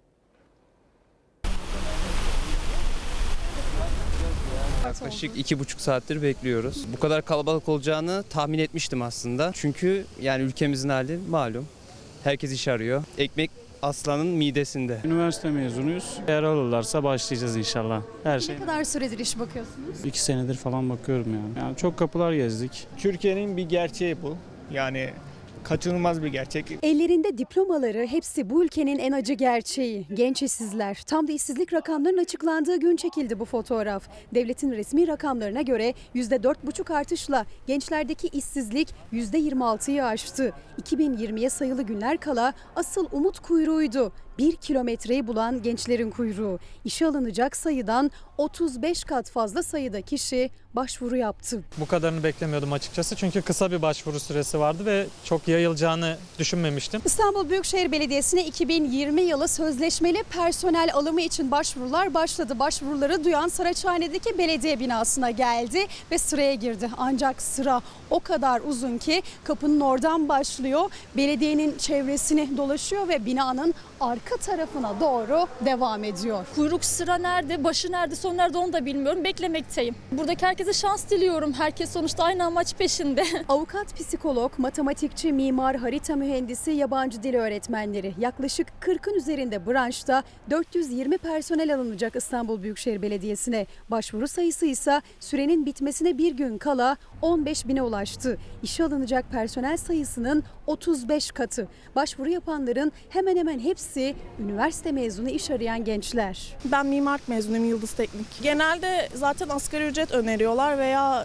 Yaklaşık 2,5 saattir bekliyoruz. Bu kadar kalabalık olacağını tahmin etmiştim aslında. Çünkü yani ülkemizin hali malum. Herkes iş arıyor. Ekmek aslanın midesinde. Üniversite mezunuyuz. Eğer alırlarsa başlayacağız inşallah. Her şey. Ne kadar süredir iş bakıyorsunuz? 2 senedir falan bakıyorum yani. Yani çok kapılar gezdik. Türkiye'nin bir gerçeği bu. Yani kaçınılmaz bir gerçek. Ellerinde diplomaları, hepsi bu ülkenin en acı gerçeği. Genç işsizler. Tam da işsizlik rakamlarının açıklandığı gün çekildi bu fotoğraf. Devletin resmi rakamlarına göre %4,5 artışla gençlerdeki işsizlik %26'yı aştı. 2020'ye sayılı günler kala asıl umut kuyruğuydu. 1 kilometreyi bulan gençlerin kuyruğu. İşe alınacak sayıdan 35 kat fazla sayıda kişi başvuru yaptı. Bu kadarını beklemiyordum açıkçası, çünkü kısa bir başvuru süresi vardı ve çok yayılacağını düşünmemiştim. İstanbul Büyükşehir Belediyesi'ne 2020 yılı sözleşmeli personel alımı için başvurular başladı. Başvuruları duyan Saraçhane'deki belediye binasına geldi ve sıraya girdi. Ancak sıra o kadar uzun ki kapının oradan başlıyor, belediyenin çevresini dolaşıyor ve binanın arka tarafına doğru devam ediyor. Kuyruk, sıra nerede, başı nerede, sonu nerede onu da bilmiyorum. Beklemekteyim. Buradaki herkese şans diliyorum. Herkes sonuçta aynı amaç peşinde. Avukat, psikolog, matematikçi, mimar, harita mühendisi, yabancı dil öğretmenleri, yaklaşık 40'ın üzerinde branşta 420 personel alınacak İstanbul Büyükşehir Belediyesi'ne. Başvuru sayısı ise sürenin bitmesine bir gün kala 15 bine ulaştı. İşe alınacak personel sayısının 35 katı. Başvuru yapanların hemen hemen hepsi üniversite mezunu iş arayan gençler. Ben mimarlık mezunuyum, Yıldız Teknik. Genelde zaten asgari ücret öneriyorlar veya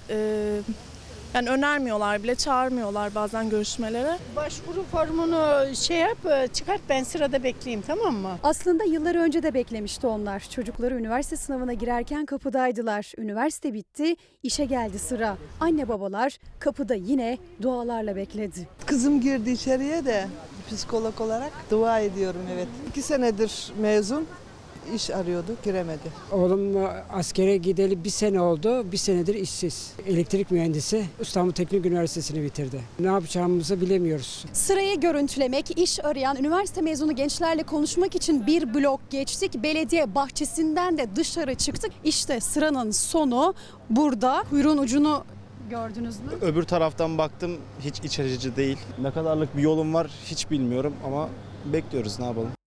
yani önermiyorlar bile, çağırmıyorlar bazen görüşmelere. Başvuru formunu çıkart, ben sırada bekleyeyim, tamam mı? Aslında yıllar önce de beklemişti onlar. Çocukları üniversite sınavına girerken kapıdaydılar. Üniversite bitti, işe geldi sıra. Anne babalar kapıda yine dualarla bekledi. Kızım girdi içeriye de psikolog olarak dua ediyorum, evet. 2 senedir mezun. iş arıyordu, giremedi. Oğlum askere gideli 1 sene oldu. 1 senedir işsiz. Elektrik mühendisi. İstanbul Teknik Üniversitesi'ni bitirdi. Ne yapacağımızı bilemiyoruz. Sırayı görüntülemek, iş arayan üniversite mezunu gençlerle konuşmak için bir blok geçtik. Belediye bahçesinden de dışarı çıktık. İşte sıranın sonu burada. Kuyruğun ucunu gördünüz mü? Öbür taraftan baktım, hiç iç açıcı değil. Ne kadarlık bir yolum var hiç bilmiyorum ama bekliyoruz, ne yapalım.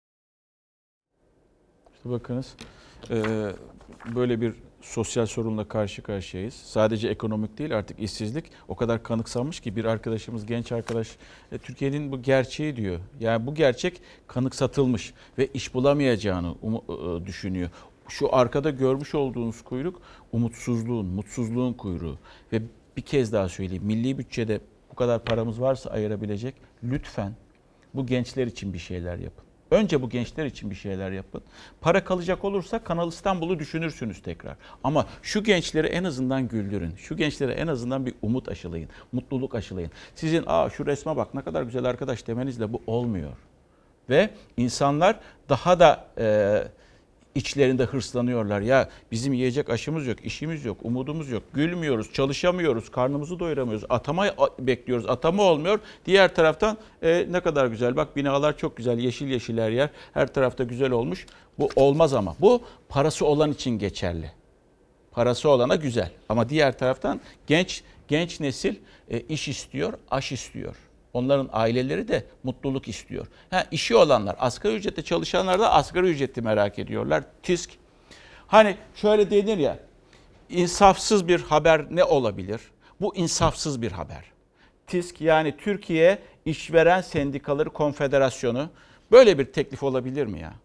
İşte bakınız böyle bir sosyal sorunla karşı karşıyayız. Sadece ekonomik değil, artık işsizlik o kadar kanıksanmış ki bir arkadaşımız, genç arkadaş Türkiye'nin bu gerçeği diyor. Yani bu gerçek kanıksatılmış ve iş bulamayacağını düşünüyor. Şu arkada görmüş olduğunuz kuyruk umutsuzluğun, mutsuzluğun kuyruğu. Ve bir kez daha söyleyeyim, milli bütçede bu kadar paramız varsa ayırabilecek, lütfen bu gençler için bir şeyler yapın. Önce bu gençler için bir şeyler yapın. Para kalacak olursa Kanal İstanbul'u düşünürsünüz tekrar. Ama şu gençleri en azından güldürün. Şu gençlere en azından bir umut aşılayın. Mutluluk aşılayın. Sizin şu resme bak ne kadar güzel arkadaş demenizle bu olmuyor. Ve insanlar daha da içlerinde hırslanıyorlar. Ya bizim yiyecek aşımız yok, işimiz yok, umudumuz yok. Gülmüyoruz, çalışamıyoruz, karnımızı doyuramıyoruz. Atama bekliyoruz, atama olmuyor. Diğer taraftan ne kadar güzel. Bak binalar çok güzel, yeşil yeşil her yer. Her tarafta güzel olmuş. Bu olmaz ama. Bu parası olan için geçerli. Parası olana güzel. Ama diğer taraftan genç nesil iş istiyor, aş istiyor. Onların aileleri de mutluluk istiyor. İşi olanlar, asgari ücretle çalışanlar da asgari ücreti merak ediyorlar. TİSK. Hani şöyle denir ya, insafsız bir haber ne olabilir? Bu insafsız bir haber. TİSK yani Türkiye İşveren Sendikaları Konfederasyonu böyle bir teklif olabilir mi ya?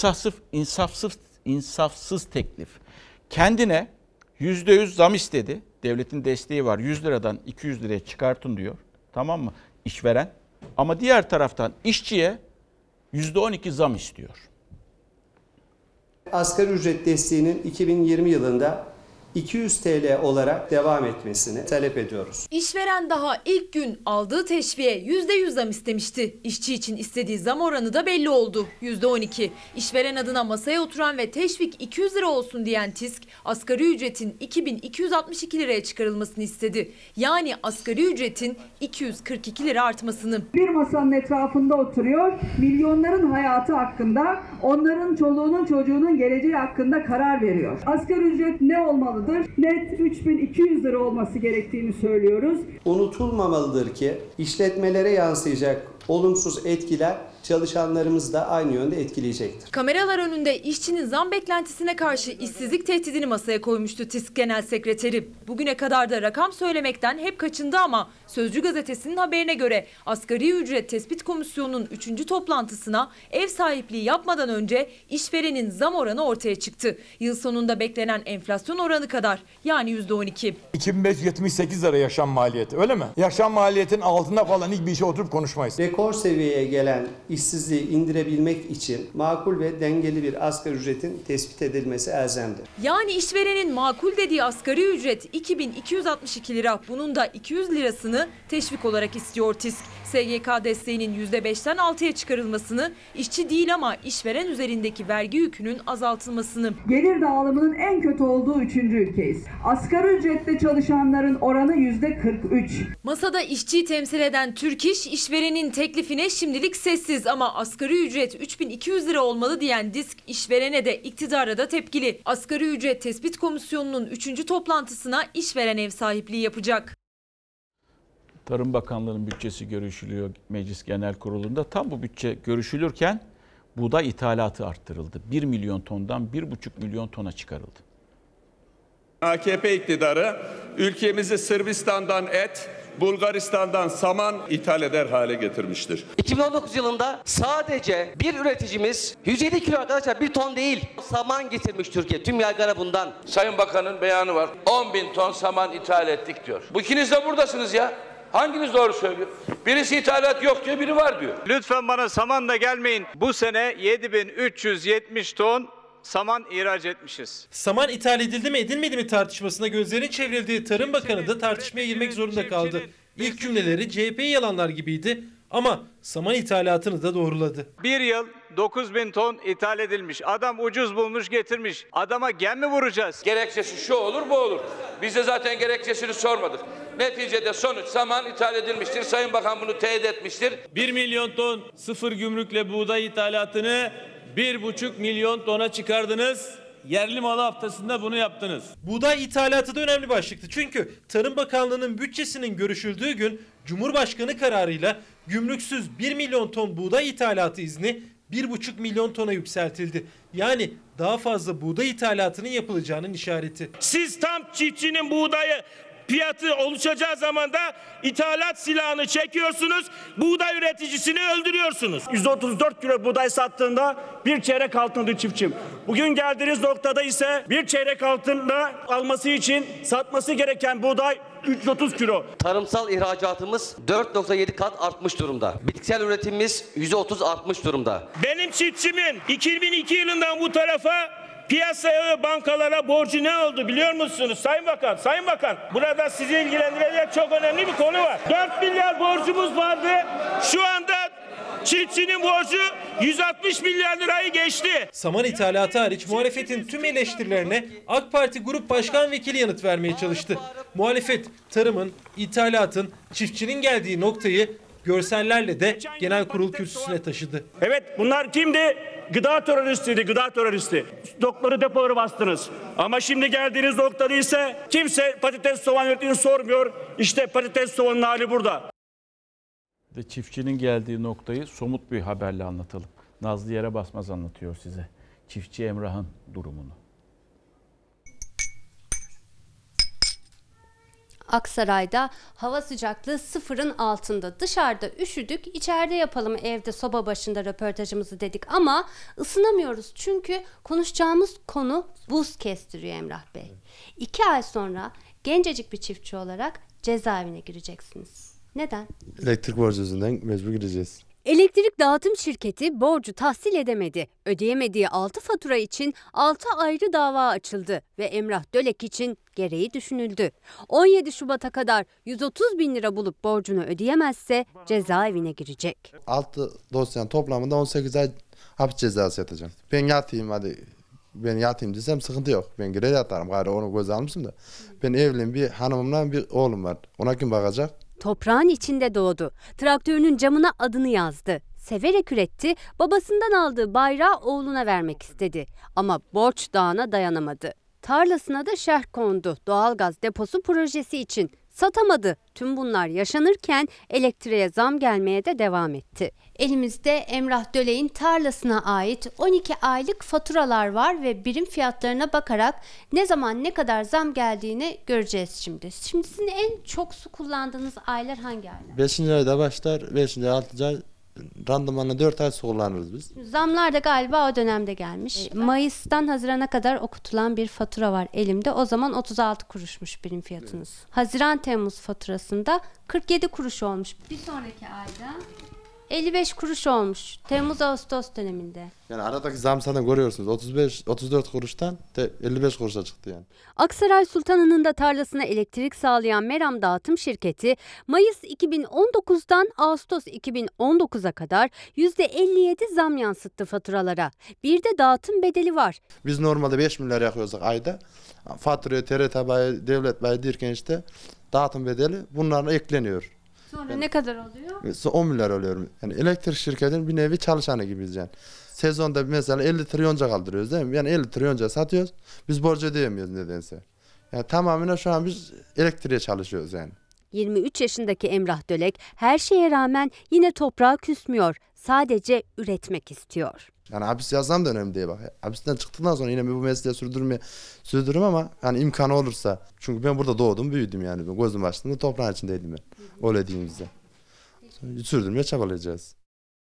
İnsafsız teklif. Kendine %100 zam istedi. Devletin desteği var. 100 liradan 200 liraya çıkartın diyor. Tamam mı? İşveren. Ama diğer taraftan işçiye %12 zam istiyor. Asgari ücret desteğinin 2020 yılında 200 TL olarak devam etmesini talep ediyoruz. İşveren daha ilk gün aldığı teşviğe %100 zam istemişti. İşçi için istediği zam oranı da belli oldu. %12. İşveren adına masaya oturan ve teşvik 200 lira olsun diyen TİSK, asgari ücretin 2262 liraya çıkarılmasını istedi. Yani asgari ücretin 242 lira artmasını. Bir masanın etrafında oturuyor, milyonların hayatı hakkında, onların çoluğunun çocuğunun geleceği hakkında karar veriyor. Asgari ücret ne olmalı? Net 3200 lira olması gerektiğini söylüyoruz. Unutulmamalıdır ki işletmelere yansıyacak olumsuz etkiler çalışanlarımızı da aynı yönde etkileyecektir. Kameralar önünde işçinin zam beklentisine karşı işsizlik tehdidini masaya koymuştu TİSK Genel Sekreteri. Bugüne kadar da rakam söylemekten hep kaçındı ama Sözcü gazetesinin haberine göre Asgari Ücret Tespit Komisyonu'nun 3. toplantısına ev sahipliği yapmadan önce işverenin zam oranı ortaya çıktı. Yıl sonunda beklenen enflasyon oranı kadar, yani %12. 2578 lira yaşam maliyeti, öyle mi? Yaşam maliyetinin altında falan hiçbir işe oturup konuşmayız. Rekor seviyeye gelen işsizliği indirebilmek için makul ve dengeli bir asgari ücretin tespit edilmesi elzemdir. Yani işverenin makul dediği asgari ücret 2262 lira. Bunun da 200 lirasını teşvik olarak istiyor TİSK. SGK desteğinin %5'ten 6'ya çıkarılmasını, işçi değil ama işveren üzerindeki vergi yükünün azaltılmasını. Gelir dağılımının en kötü olduğu 3. ülkeyiz. Asgari ücretle çalışanların oranı %43. Masada işçiyi temsil eden Türk İş, işverenin teklifine şimdilik sessiz ama asgari ücret 3200 lira olmalı diyen DİSK, işverene de iktidara da tepkili. Asgari Ücret Tespit Komisyonu'nun 3. toplantısına işveren ev sahipliği yapacak. Tarım Bakanlığı'nın bütçesi görüşülüyor Meclis Genel Kurulu'nda. Tam bu bütçe görüşülürken buğday ithalatı arttırıldı. 1 milyon tondan 1,5 milyon tona çıkarıldı. AKP iktidarı ülkemizi Sırbistan'dan et, Bulgaristan'dan saman ithal eder hale getirmiştir. 2019 yılında sadece bir üreticimiz 107 kilo, arkadaşlar, bir ton değil, saman getirmiş Türkiye. Tüm yaygara bundan. Sayın Bakan'ın beyanı var. 10.000 ton saman ithal ettik diyor. Bu ikiniz de buradasınız ya. Hanginiz doğru söylüyor? Birisi ithalat yok diyor, biri var diyor. Lütfen bana samanla gelmeyin. Bu sene 7370 ton saman ihraç etmişiz. Saman ithal edildi mi edilmedi mi tartışmasına gözlerin çevrildiği Tarım Bakanı da tartışmaya girmek zorunda kaldı. İlk cümleleri CHP'yi yalanlar gibiydi Ama saman ithalatını da doğruladı. Bir yıl 9.000 ton ithal edilmiş. Adam ucuz bulmuş getirmiş. Adama gem mi vuracağız? Gerekçesi şu olur bu olur. Biz de zaten gerekçesini sormadık. Neticede sonuç saman ithal edilmiştir. Sayın Bakan bunu teyit etmiştir. 1 milyon ton sıfır gümrükle buğday ithalatını 1,5 milyon tona çıkardınız. Yerli malı haftasında bunu yaptınız. Buğday ithalatı da önemli başlıktı. Çünkü Tarım Bakanlığı'nın bütçesinin görüşüldüğü gün Cumhurbaşkanı kararıyla gümrüksüz 1 milyon ton buğday ithalatı izni 1,5 milyon tona yükseltildi. Yani daha fazla buğday ithalatının yapılacağının işareti. Siz tam çiftçinin buğdayı fiyatı oluşacağı zaman da ithalat silahını çekiyorsunuz, buğday üreticisini öldürüyorsunuz. 134 kilo buğday sattığında bir çeyrek altındı çiftçim. Bugün geldiğiniz noktada ise bir çeyrek altında alması için satması gereken buğday 330 kilo. Tarımsal ihracatımız 4,7 kat artmış durumda. Bitkisel üretimimiz %30 artmış durumda. Benim çiftçimin 2002 yılından bu tarafa piyasaya ve bankalara borcu ne oldu biliyor musunuz Sayın Bakan? Sayın Bakan, burada sizi ilgilendirecek çok önemli bir konu var. 4 milyar borcumuz vardı. Şu anda çiftçinin borcu 160 milyar lirayı geçti. Saman ithalatı hariç muhalefetin tüm eleştirilerine AK Parti Grup Başkan Vekili yanıt vermeye çalıştı. Muhalefet tarımın, ithalatın, çiftçinin geldiği noktayı görsellerle de genel kurul kürsüsüne taşıdı. Evet, bunlar kimdi? Gıda teröristiydi, gıda teröristi. Stokları, depoları bastınız. Ama şimdi geldiğiniz noktada ise kimse patates soğan üretimini sormuyor. İşte patates soğanın hali burada. Ve çiftçinin geldiği noktayı somut bir haberle anlatalım. Nazlı Yere Basmaz anlatıyor size. Çiftçi Emrah'ın durumunu. Aksaray'da hava sıcaklığı sıfırın altında. Dışarıda üşüdük, içeride yapalım evde soba başında röportajımızı dedik ama ısınamıyoruz. Çünkü konuşacağımız konu buz kestiriyor Emrah Bey. 2 ay sonra gencecik bir çiftçi olarak cezaevine gireceksiniz. Neden? Elektrik borcu yüzünden mecbur gireceğiz. Elektrik dağıtım şirketi borcu tahsil edemedi. Ödeyemediği 6 fatura için 6 ayrı dava açıldı ve Emrah Dölek için gereği düşünüldü. 17 Şubat'a kadar 130 bin lira bulup borcunu ödeyemezse cezaevine girecek. 6 dosyanın toplamında 18 ay hapis cezası yatacağım. Ben yatayım hadi. Ben yatayım desem sıkıntı yok. Ben girer yatarım. Gayrı onu göze almışım da. Ben evliyim, bir hanımımla bir oğlum var. Ona kim bakacak? Toprağın içinde doğdu. Traktörünün camına adını yazdı. Severek üretti, babasından aldığı bayrağı oğluna vermek istedi. Ama borç dağına dayanamadı. Tarlasına da şerh kondu doğalgaz deposu projesi için. Satamadı. Tüm bunlar yaşanırken elektriğe zam gelmeye de devam etti. Elimizde Emrah Dölek'in tarlasına ait 12 aylık faturalar var ve birim fiyatlarına bakarak ne zaman ne kadar zam geldiğini göreceğiz şimdi. Şimdi sizin en çok su kullandığınız aylar hangi aylar? 5. ayda başlar, 5. ay 6. ay randımanla 4 ay su kullanırız biz. Zamlar da galiba o dönemde gelmiş. Mayıs'tan Haziran'a kadar okutulan bir fatura var elimde. O zaman 36 kuruşmuş birim fiyatınız. Evet. Haziran-Temmuz faturasında 47 kuruş olmuş. Bir sonraki ayda 55 kuruş olmuş. Temmuz-Ağustos döneminde. Yani aradaki zam zaten görüyorsunuz. 34 kuruştan 55 kuruşa çıktı yani. Aksaray Sultanı'nın tarlasına elektrik sağlayan Meram Dağıtım Şirketi Mayıs 2019'dan Ağustos 2019'a kadar %57 zam yansıttı faturalara. Bir de dağıtım bedeli var. Biz normalde 5 milyar yakıyorsak ayda. Faturaya, TRT bayi, devlet bayi derken işte dağıtım bedeli bunlarla ekleniyor. Sonra yani, ne kadar oluyor? 10 milyar oluyor. Yani elektrik şirketinin bir nevi çalışanı gibiyiz yani. Sezonda mesela 50 trilyonca kaldırıyoruz değil mi? Yani 50 trilyonca satıyoruz. Biz borcu ödeyemiyoruz nedense. Yani tamamen şu an biz elektriğe çalışıyoruz yani. 23 yaşındaki Emrah Dölek her şeye rağmen yine toprağa küsmüyor. Sadece üretmek istiyor. Yani hapis yazsam da önemli değil bak. Hapisten çıktıktan sonra yine bu mesleği sürdürürüm ama yani imkanı olursa. Çünkü ben burada doğdum, büyüdüm yani. Ben gözüm açtığımda toprağın içindeydim ben. Öyle diyeyim size. Sürdürmeye çabalayacağız.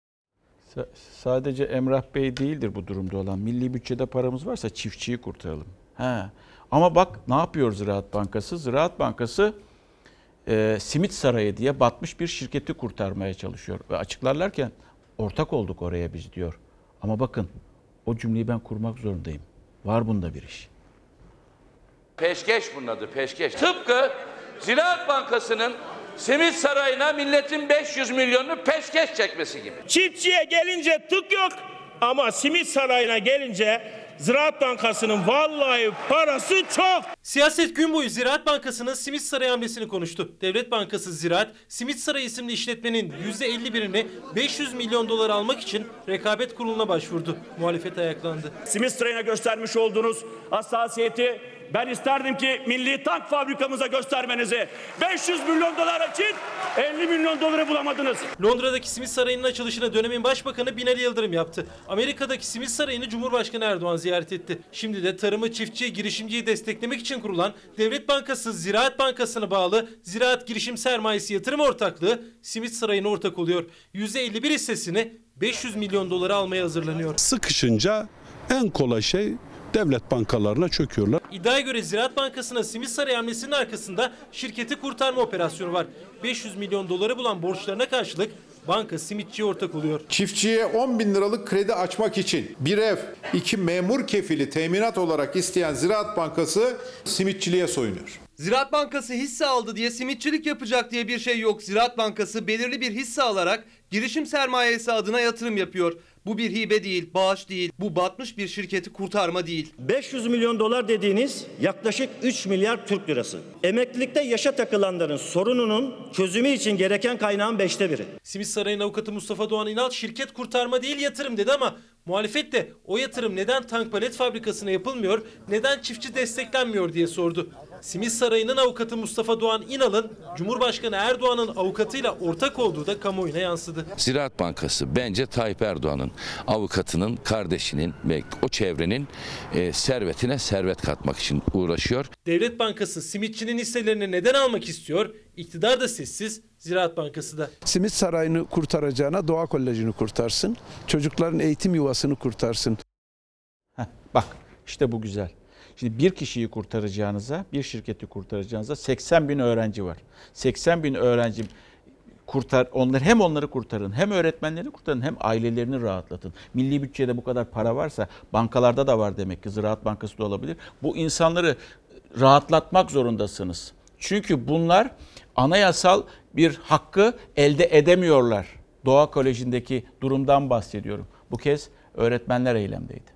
Sadece Emrah Bey değildir bu durumda olan. Milli bütçede paramız varsa çiftçiyi kurtaralım. Ama bak ne yapıyor Ziraat Bankası? Ziraat Bankası Simit Sarayı diye batmış bir şirketi kurtarmaya çalışıyor. Ve açıklarlarken ortak olduk oraya biz diyor. Ama bakın o cümleyi ben kurmak zorundayım. Var bunda bir iş. Peşkeş bunun adı, peşkeş. Tıpkı Ziraat Bankası'nın Simit Sarayı'na milletin 500 milyonunu peşkeş çekmesi gibi. Çiftçiye gelince tık yok ama Simit Sarayı'na gelince Ziraat Bankası'nın vallahi parası çok. Siyaset gün boyu Ziraat Bankası'nın Simit Sarayı hamlesini konuştu. Devlet Bankası Ziraat, Simit Sarayı isimli işletmenin %51'ini 500 milyon dolar almak için Rekabet Kurulu'na başvurdu. Muhalefet ayaklandı. Simit Sarayı'na göstermiş olduğunuz hassasiyeti ben isterdim ki milli tank fabrikamıza göstermenizi. 500 milyon dolar için 50 milyon doları bulamadınız. Londra'daki Simit Sarayı'nın açılışına dönemin başbakanı Binali Yıldırım yaptı. Amerika'daki Simit Sarayı'nı Cumhurbaşkanı Erdoğan ziyaret etti. Şimdi de tarımı, çiftçiyi, girişimciyi desteklemek için kurulan Devlet Bankası Ziraat Bankası'na bağlı Ziraat Girişim Sermayesi Yatırım Ortaklığı Simit Sarayı'na ortak oluyor. %51 hissesini 500 milyon dolara almaya hazırlanıyor. Sıkışınca en kolay şey devlet bankalarına çöküyorlar. İddiaya göre Ziraat Bankası'na Simit Sarayı hamlesinin arkasında şirketi kurtarma operasyonu var. 500 milyon doları bulan borçlarına karşılık banka simitçiye ortak oluyor. Çiftçiye 10 bin liralık kredi açmak için bir ev, 2 memur kefili teminat olarak isteyen Ziraat Bankası simitçiliğe soyunuyor. Ziraat Bankası hisse aldı diye simitçilik yapacak diye bir şey yok. Ziraat Bankası belirli bir hisse alarak girişim sermayesi adına yatırım yapıyor. Bu bir hibe değil, bağış değil, bu batmış bir şirketi kurtarma değil. 500 milyon dolar dediğiniz yaklaşık 3 milyar Türk lirası. Emeklilikte yaşa takılanların sorununun çözümü için gereken kaynağın 5'te 1'i. Simit Sarayı'nın avukatı Mustafa Doğan İnal şirket kurtarma değil yatırım dedi ama muhalefet de o yatırım neden tank palet fabrikasına yapılmıyor, neden çiftçi desteklenmiyor diye sordu. Simit Sarayı'nın avukatı Mustafa Doğan İnal'ın Cumhurbaşkanı Erdoğan'ın avukatıyla ortak olduğu da kamuoyuna yansıdı. Ziraat Bankası bence Tayyip Erdoğan'ın avukatının, kardeşinin ve o çevrenin servetine servet katmak için uğraşıyor. Devlet Bankası simitçinin hisselerini neden almak istiyor? İktidar da sessiz, Ziraat Bankası da. Simit Sarayı'nı kurtaracağına Doğa Koleji'ni kurtarsın. Çocukların eğitim yuvasını kurtarsın. Bak işte bu güzel. Şimdi bir kişiyi kurtaracağınıza, bir şirketi kurtaracağınıza 80 bin öğrenci var. 80 bin öğrenci hem onları kurtarın, hem öğretmenleri kurtarın, hem ailelerini rahatlatın. Milli bütçede bu kadar para varsa bankalarda da var demek ki, Ziraat Bankası da olabilir. Bu insanları rahatlatmak zorundasınız. Çünkü bunlar anayasal bir hakkı elde edemiyorlar. Doğa Koleji'ndeki durumdan bahsediyorum. Bu kez öğretmenler eylemdeydi.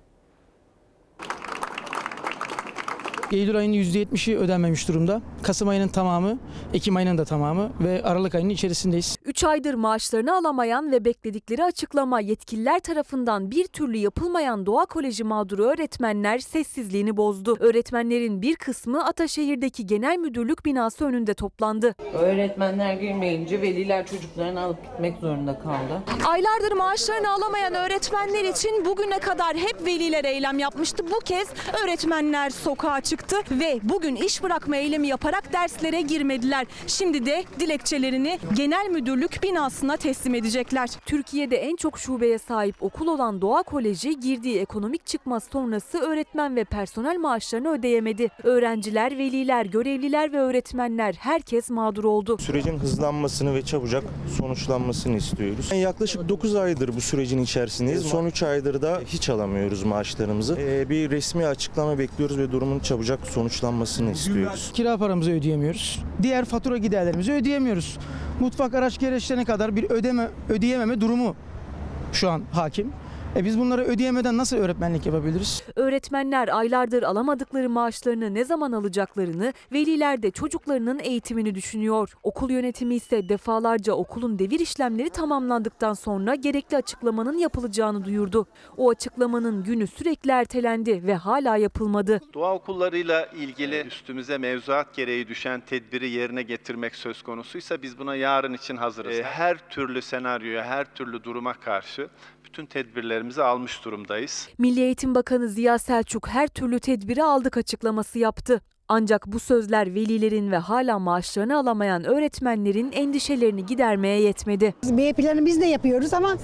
Eylül ayının %70'i ödenmemiş durumda. Kasım ayının tamamı, Ekim ayının da tamamı ve Aralık ayının içerisindeyiz. 3 aydır maaşlarını alamayan ve bekledikleri açıklama yetkililer tarafından bir türlü yapılmayan Doğa Koleji mağduru öğretmenler sessizliğini bozdu. Öğretmenlerin bir kısmı Ataşehir'deki Genel Müdürlük binası önünde toplandı. Öğretmenler girmeyince veliler çocuklarını alıp gitmek zorunda kaldı. Aylardır maaşlarını alamayan öğretmenler için bugüne kadar hep veliler eylem yapmıştı. Bu kez öğretmenler sokağa çıktı ve bugün iş bırakma eylemi yaparak derslere girmediler. Şimdi de dilekçelerini Genel Müdürlük binasına teslim edecekler. Türkiye'de en çok şubeye sahip okul olan Doğa Koleji girdiği ekonomik çıkmaz sonrası öğretmen ve personel maaşlarını ödeyemedi. Öğrenciler, veliler, görevliler ve öğretmenler herkes mağdur oldu. Sürecin hızlanmasını ve çabucak sonuçlanmasını istiyoruz. Yaklaşık 9 aydır bu sürecin içerisindeyiz. Son 3 aydır da hiç alamıyoruz maaşlarımızı. Bir resmi açıklama bekliyoruz ve durumun çabucak sonuçlanmasını istiyoruz. Kira paramızı ödeyemiyoruz. Diğer fatura giderlerimizi ödeyemiyoruz. Mutfak araç gereçlerine kadar bir ödeyememe durumu şu an hakim. Biz bunları ödeyemeden nasıl öğretmenlik yapabiliriz? Öğretmenler aylardır alamadıkları maaşlarını ne zaman alacaklarını, veliler de çocuklarının eğitimini düşünüyor. Okul yönetimi ise defalarca okulun devir işlemleri tamamlandıktan sonra gerekli açıklamanın yapılacağını duyurdu. O açıklamanın günü sürekli ertelendi ve hala yapılmadı. Doğa okullarıyla ilgili üstümüze mevzuat gereği düşen tedbiri yerine getirmek söz konusuysa biz buna yarın için hazırız. Her türlü senaryoya, her türlü duruma karşı bütün tedbirlerimizi almış durumdayız. Milli Eğitim Bakanı Ziya Selçuk her türlü tedbiri aldık açıklaması yaptı. Ancak bu sözler velilerin ve hala maaşlarını alamayan öğretmenlerin endişelerini gidermeye yetmedi. B planı biz de yapıyoruz ama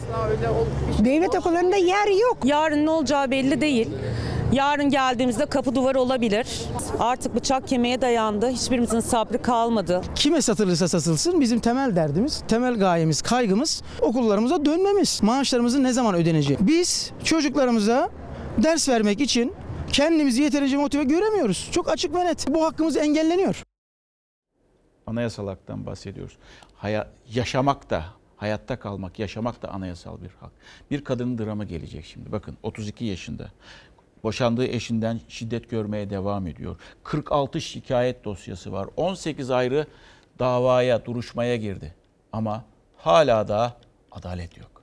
devlet okullarında yer yok. Yarın ne olacağı belli değil. Yarın geldiğimizde kapı duvar olabilir. Artık bıçak kemiğe dayandı. Hiçbirimizin sabrı kalmadı. Kime satılırsa satılsın bizim temel derdimiz, temel gayemiz, kaygımız okullarımıza dönmemiz. Maaşlarımızın ne zaman ödeneceği. Biz çocuklarımıza ders vermek için kendimizi yeterince motive göremiyoruz. Çok açık ve net. Bu hakkımız engelleniyor. Anayasal haktan bahsediyoruz. Yaşamak da, hayatta kalmak, yaşamak da anayasal bir hak. Bir kadının dramı gelecek şimdi. Bakın 32 yaşında. Boşandığı eşinden şiddet görmeye devam ediyor. 46 şikayet dosyası var. 18 ayrı davaya, duruşmaya girdi. Ama hala da adalet yok.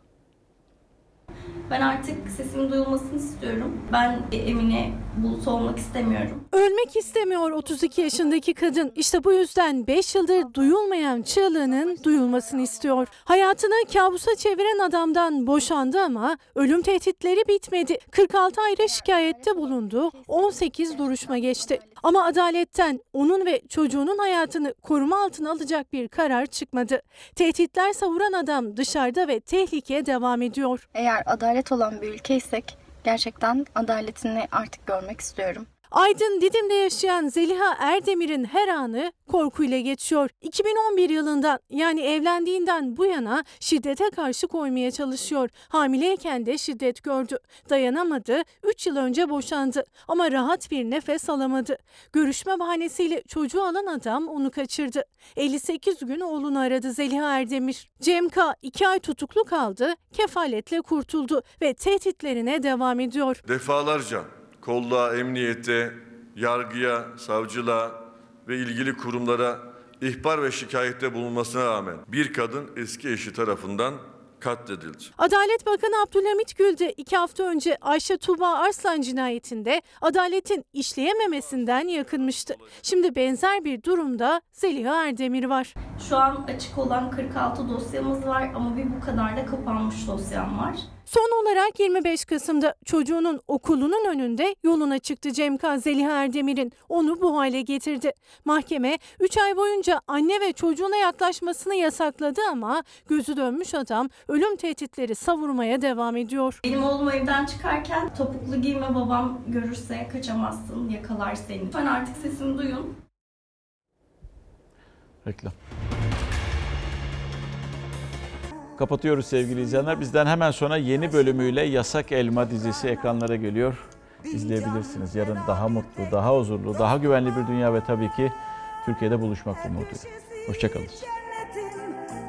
Ben artık sesimin duyulmasını istiyorum. Ben Emine Bulut olmak istemiyorum. Ölmek istemiyor 32 yaşındaki kadın. İşte bu yüzden 5 yıldır duyulmayan çığlığının duyulmasını istiyor. Hayatını kabusa çeviren adamdan boşandı ama ölüm tehditleri bitmedi. 46 ayrı şikayette bulundu. 18 duruşma geçti. Ama adaletten onun ve çocuğunun hayatını koruma altına alacak bir karar çıkmadı. Tehditler savuran adam dışarıda ve tehlike devam ediyor. Eğer adalet olan bir ülkeysek gerçekten adaletini artık görmek istiyorum. Aydın Didim'de yaşayan Zeliha Erdemir'in her anı korkuyla geçiyor. 2011 yılından yani evlendiğinden bu yana şiddete karşı koymaya çalışıyor. Hamileyken de şiddet gördü. Dayanamadı, 3 yıl önce boşandı ama rahat bir nefes alamadı. Görüşme bahanesiyle çocuğu alan adam onu kaçırdı. 58 gün oğlunu aradı Zeliha Erdemir. Cem K. 2 ay tutuklu kaldı, kefaletle kurtuldu ve tehditlerine devam ediyor. Defalarca kolluğa, emniyete, yargıya, savcılığa ve ilgili kurumlara ihbar ve şikayette bulunmasına rağmen bir kadın eski eşi tarafından katledildi. Adalet Bakanı Abdülhamit Gül de 2 hafta önce Ayşe Tuğba Arslan cinayetinde adaletin işleyememesinden yakınmıştı. Şimdi benzer bir durumda Zeliha Erdemir var. Şu an açık olan 46 dosyamız var ama bir bu kadar da kapanmış dosyam var. Son olarak 25 Kasım'da çocuğunun okulunun önünde yoluna çıktı Cem K. Zeliha Erdemir'in. Onu bu hale getirdi. Mahkeme 3 ay boyunca anne ve çocuğuna yaklaşmasını yasakladı ama gözü dönmüş adam ölüm tehditleri savurmaya devam ediyor. Benim oğlum evden çıkarken topuklu giyme, babam görürse kaçamazsın, yakalar seni. Lütfen artık sesimi duyun. Reklam. Kapatıyoruz sevgili izleyenler. Bizden hemen sonra yeni bölümüyle Yasak Elma dizisi ekranlara geliyor. İzleyebilirsiniz. Yarın daha mutlu, daha huzurlu, daha güvenli bir dünya ve tabii ki Türkiye'de buluşmak umuduyla. Hoşça kalın.